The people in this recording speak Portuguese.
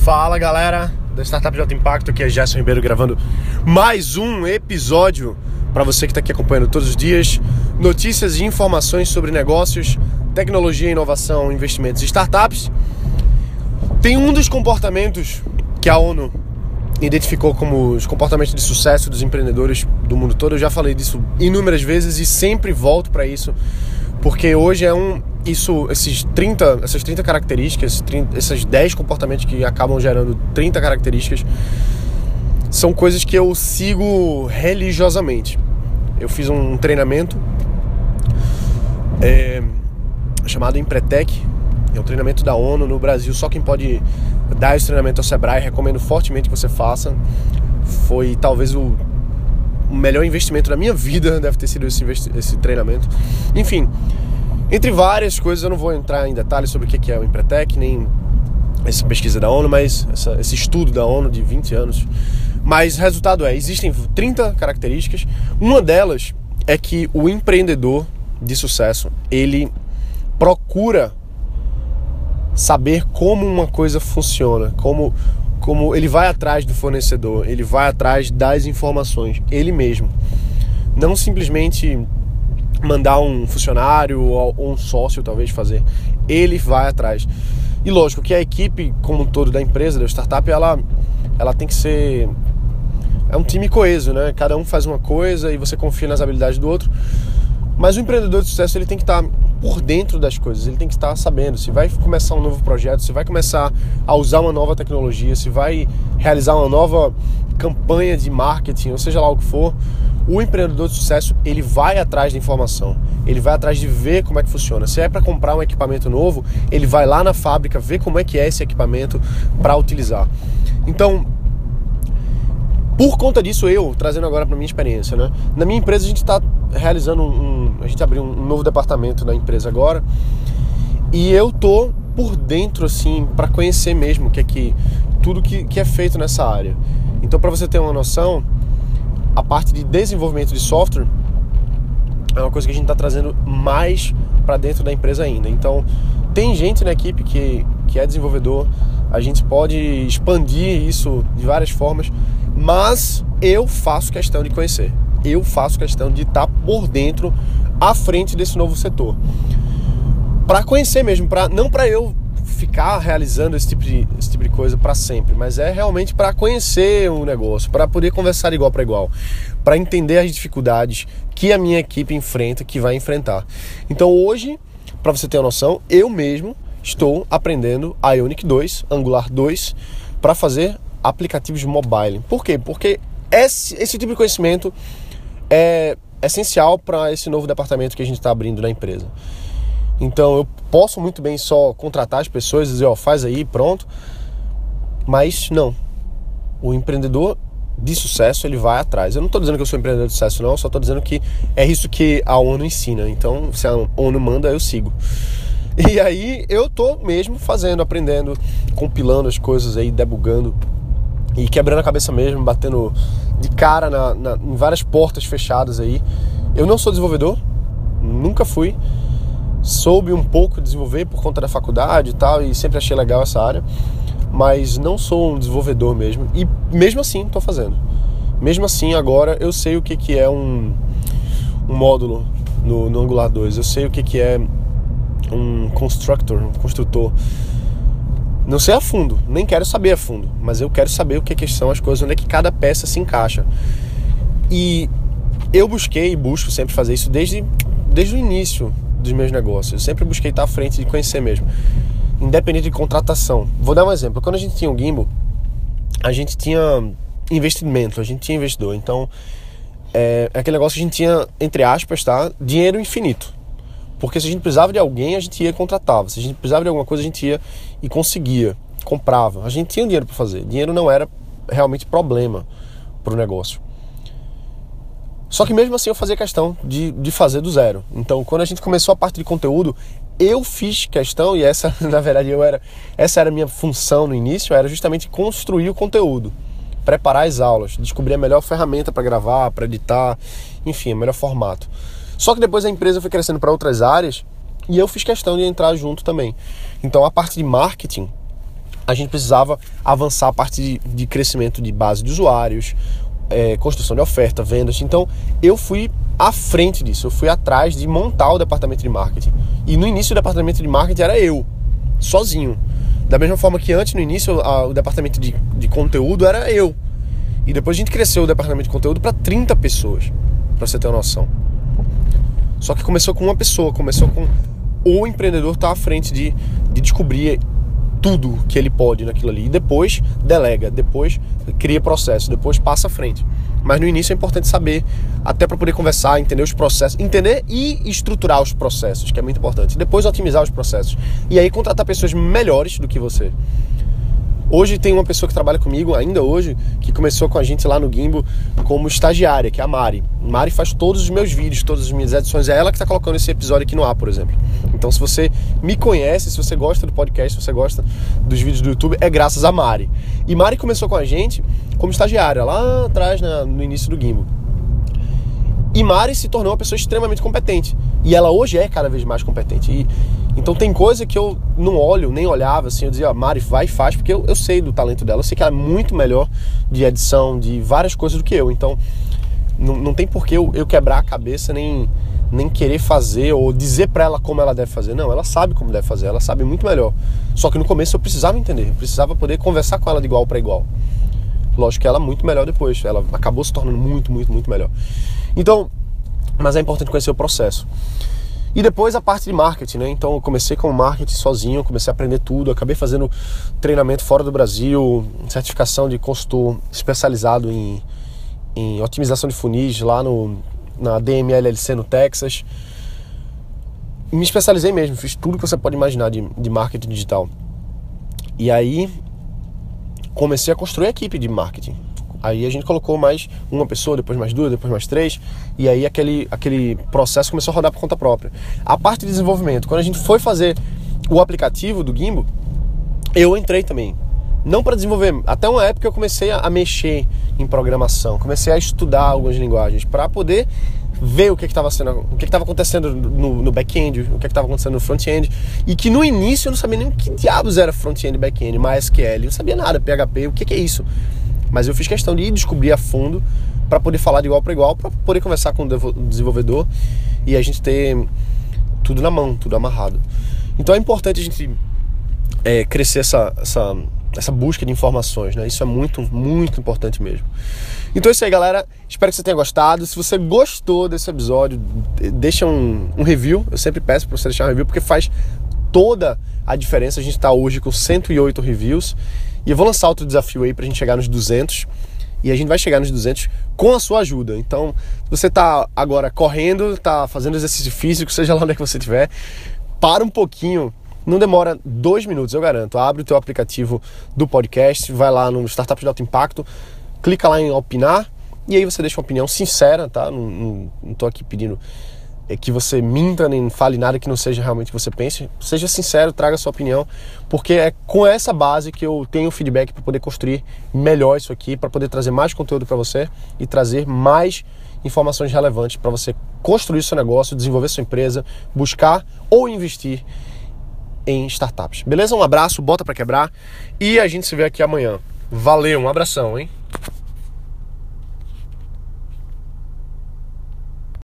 Fala galera da Startup de Alto Impacto, aqui é Gerson Ribeiro gravando mais um episódio para você que está aqui acompanhando todos os dias. Notícias e informações sobre negócios, tecnologia, inovação, investimentos e startups. Tem um dos comportamentos que a ONU identificou como os comportamentos de sucesso dos empreendedores do mundo todo. Eu já falei disso inúmeras vezes e sempre volto para isso, porque hoje essas 30 características, esses 10 comportamentos que acabam gerando 30 características, são coisas que eu sigo religiosamente. Eu fiz um treinamento chamado Empretec, é um treinamento da ONU no Brasil. Só quem pode dar esse treinamento é o Sebrae. Recomendo fortemente que você faça. Foi talvez o melhor investimento da minha vida, deve ter sido esse treinamento. Enfim, entre várias coisas, eu não vou entrar em detalhes sobre o que é o Empretec, nem essa pesquisa da ONU, mas esse estudo da ONU de 20 anos. Mas o resultado existem 30 características. Uma delas é que o empreendedor de sucesso, ele procura saber como uma coisa funciona, como ele vai atrás do fornecedor, ele vai atrás das informações, ele mesmo. Não simplesmente mandar um funcionário ou um sócio talvez fazer, ele vai atrás. E lógico que a equipe como um todo da empresa, da startup, ela tem que ser... É um time coeso, né? Cada um faz uma coisa e você confia nas habilidades do outro. Mas o empreendedor de sucesso, ele tem que estar por dentro das coisas, ele tem que estar sabendo se vai começar um novo projeto, se vai começar a usar uma nova tecnologia, se vai realizar uma nova campanha de marketing, ou seja lá o que for. O empreendedor de sucesso, ele vai atrás de informação, ele vai atrás de ver como é que funciona. Se é para comprar um equipamento novo, ele vai lá na fábrica ver como é que é esse equipamento para utilizar. Então, por conta disso, trazendo agora para minha experiência, né? Na minha empresa a gente está realizando a gente abriu um novo departamento na empresa agora, e eu tô por dentro assim para conhecer mesmo tudo que é feito nessa área. Então, para você ter uma noção, a parte de desenvolvimento de software é uma coisa que a gente está trazendo mais para dentro da empresa ainda. Então, tem gente na equipe que é desenvolvedor, a gente pode expandir isso de várias formas, mas eu faço questão de conhecer, eu faço questão de estar por dentro, à frente desse novo setor, para conhecer mesmo, não para eu ficar realizando esse tipo de coisa para sempre, mas é realmente para conhecer o negócio, para poder conversar igual para igual, para entender as dificuldades que a minha equipe enfrenta, que vai enfrentar. Então hoje, para você ter uma noção, eu mesmo estou aprendendo Ionic 2, Angular 2, para fazer aplicativos mobile. Por quê? Porque esse tipo de conhecimento é essencial para esse novo departamento que a gente está abrindo na empresa. Então eu posso muito bem só contratar as pessoas e dizer, faz aí, pronto. Mas não. O empreendedor de sucesso, ele vai atrás. Eu não estou dizendo que eu sou empreendedor de sucesso, não. Eu só estou dizendo que é isso que a ONU ensina. Então, se a ONU manda, eu sigo. E aí eu tô mesmo fazendo, aprendendo, compilando as coisas aí, debugando e quebrando a cabeça mesmo, batendo de cara em várias portas fechadas aí. Eu não sou desenvolvedor, nunca fui. Soube um pouco desenvolver por conta da faculdade e tal, e sempre achei legal essa área, mas não sou um desenvolvedor mesmo. E mesmo assim estou fazendo. Mesmo assim agora eu sei o que é um módulo no Angular 2, eu sei o que é um construtor. Não sei a fundo, nem quero saber a fundo, mas eu quero saber o que são as coisas, onde é que cada peça se encaixa. E eu busquei e busco sempre fazer isso desde o início dos meus negócios. Eu sempre busquei estar à frente de conhecer mesmo, independente de contratação. Vou dar um exemplo. Quando a gente tinha o Gimbal, a gente tinha investimento, a gente tinha investidor. Então, é aquele negócio que a gente tinha, entre aspas, dinheiro infinito. Porque se a gente precisava de alguém, a gente ia e contratava. Se a gente precisava de alguma coisa, a gente ia e conseguia, comprava. A gente tinha dinheiro para fazer. Dinheiro não era realmente problema para o negócio. Só que mesmo assim eu fazia questão de fazer do zero. Então, quando a gente começou a parte de conteúdo, eu fiz questão, e essa, na verdade, essa era a minha função no início, era justamente construir o conteúdo, preparar as aulas, descobrir a melhor ferramenta para gravar, para editar, enfim, o melhor formato. Só que depois a empresa foi crescendo para outras áreas e eu fiz questão de entrar junto também. Então a parte de marketing a gente precisava avançar a parte de crescimento de base de usuários, construção de oferta, vendas. Então eu fui à frente disso, eu fui atrás de montar o departamento de marketing. E no início o departamento de marketing era eu, sozinho. Da mesma forma que antes, no início, o departamento de conteúdo era eu. E depois a gente cresceu o departamento de conteúdo para 30 pessoas, para você ter uma noção. Só que começou com uma pessoa, começou com o empreendedor estar à frente de descobrir tudo que ele pode naquilo ali. E depois delega, depois cria processo, depois passa à frente. Mas no início é importante saber, até para poder conversar, entender os processos, entender e estruturar os processos, que é muito importante. Depois otimizar os processos. E aí contratar pessoas melhores do que você. Hoje tem uma pessoa que trabalha comigo, ainda hoje, que começou com a gente lá no Gimbo como estagiária, que é a Mari. Mari faz todos os meus vídeos, todas as minhas edições. É ela que está colocando esse episódio aqui no ar, por exemplo. Então, se você me conhece, se você gosta do podcast, se você gosta dos vídeos do YouTube, é graças a Mari. E Mari começou com a gente como estagiária, lá atrás, no início do Gimbo. E Mari se tornou uma pessoa extremamente competente. E ela hoje é cada vez mais competente. Então tem coisa que eu não olho, nem olhava, assim, eu dizia, Mari, vai e faz, porque eu sei do talento dela, eu sei que ela é muito melhor de edição, de várias coisas do que eu. Então não tem por que eu quebrar a cabeça, nem querer fazer, ou dizer pra ela como ela deve fazer. Não, ela sabe como deve fazer, ela sabe muito melhor. Só que no começo eu precisava entender, eu precisava poder conversar com ela de igual para igual. Lógico que ela é muito melhor depois, ela acabou se tornando muito, muito, muito melhor. Então, mas é importante conhecer o processo. E depois a parte de marketing, né? Então eu comecei com marketing sozinho, comecei a aprender tudo, acabei fazendo treinamento fora do Brasil, certificação de consultor especializado em otimização de funis lá na DMLLC no Texas. Me especializei mesmo, fiz tudo que você pode imaginar de marketing digital. E aí comecei a construir a equipe de marketing. Aí a gente colocou mais uma pessoa, depois mais duas, depois mais três. E aí aquele processo começou a rodar por conta própria. A parte de desenvolvimento, quando a gente foi fazer o aplicativo do Gimbo, eu entrei também. Não para desenvolver, até uma época eu comecei a mexer em programação. Comecei a estudar algumas linguagens para poder ver o que estava acontecendo no back-end, o que estava acontecendo no front-end. E que no início eu não sabia nem o que diabos era front-end e back-end, MySQL. Eu não sabia nada, PHP, o que é isso? Mas eu fiz questão de descobrir a fundo para poder falar de igual para igual, para poder conversar com o desenvolvedor e a gente ter tudo na mão, tudo amarrado. Então é importante a gente crescer essa busca de informações, né? Isso é muito, muito importante mesmo. Então é isso aí, galera. Espero que você tenha gostado. Se você gostou desse episódio, deixa um review. Eu sempre peço para você deixar um review, porque faz toda a diferença. A gente está hoje com 108 reviews. E eu vou lançar outro desafio aí pra gente chegar nos 200. E a gente vai chegar nos 200 com a sua ajuda. Então, se você tá agora correndo, tá fazendo exercício físico, seja lá onde é que você estiver, para um pouquinho. Não demora 2 minutos, eu garanto. Abre o teu aplicativo do podcast, vai lá no Startups de Alto Impacto, clica lá em opinar, e aí você deixa uma opinião sincera, tá? Não tô aqui pedindo que você minta, nem fale nada que não seja realmente o que você pense. Seja sincero, traga a sua opinião, porque é com essa base que eu tenho feedback para poder construir melhor isso aqui, para poder trazer mais conteúdo para você e trazer mais informações relevantes para você construir seu negócio, desenvolver sua empresa, buscar ou investir em startups. Beleza? Um abraço, bota para quebrar e a gente se vê aqui amanhã. Valeu, um abração, hein?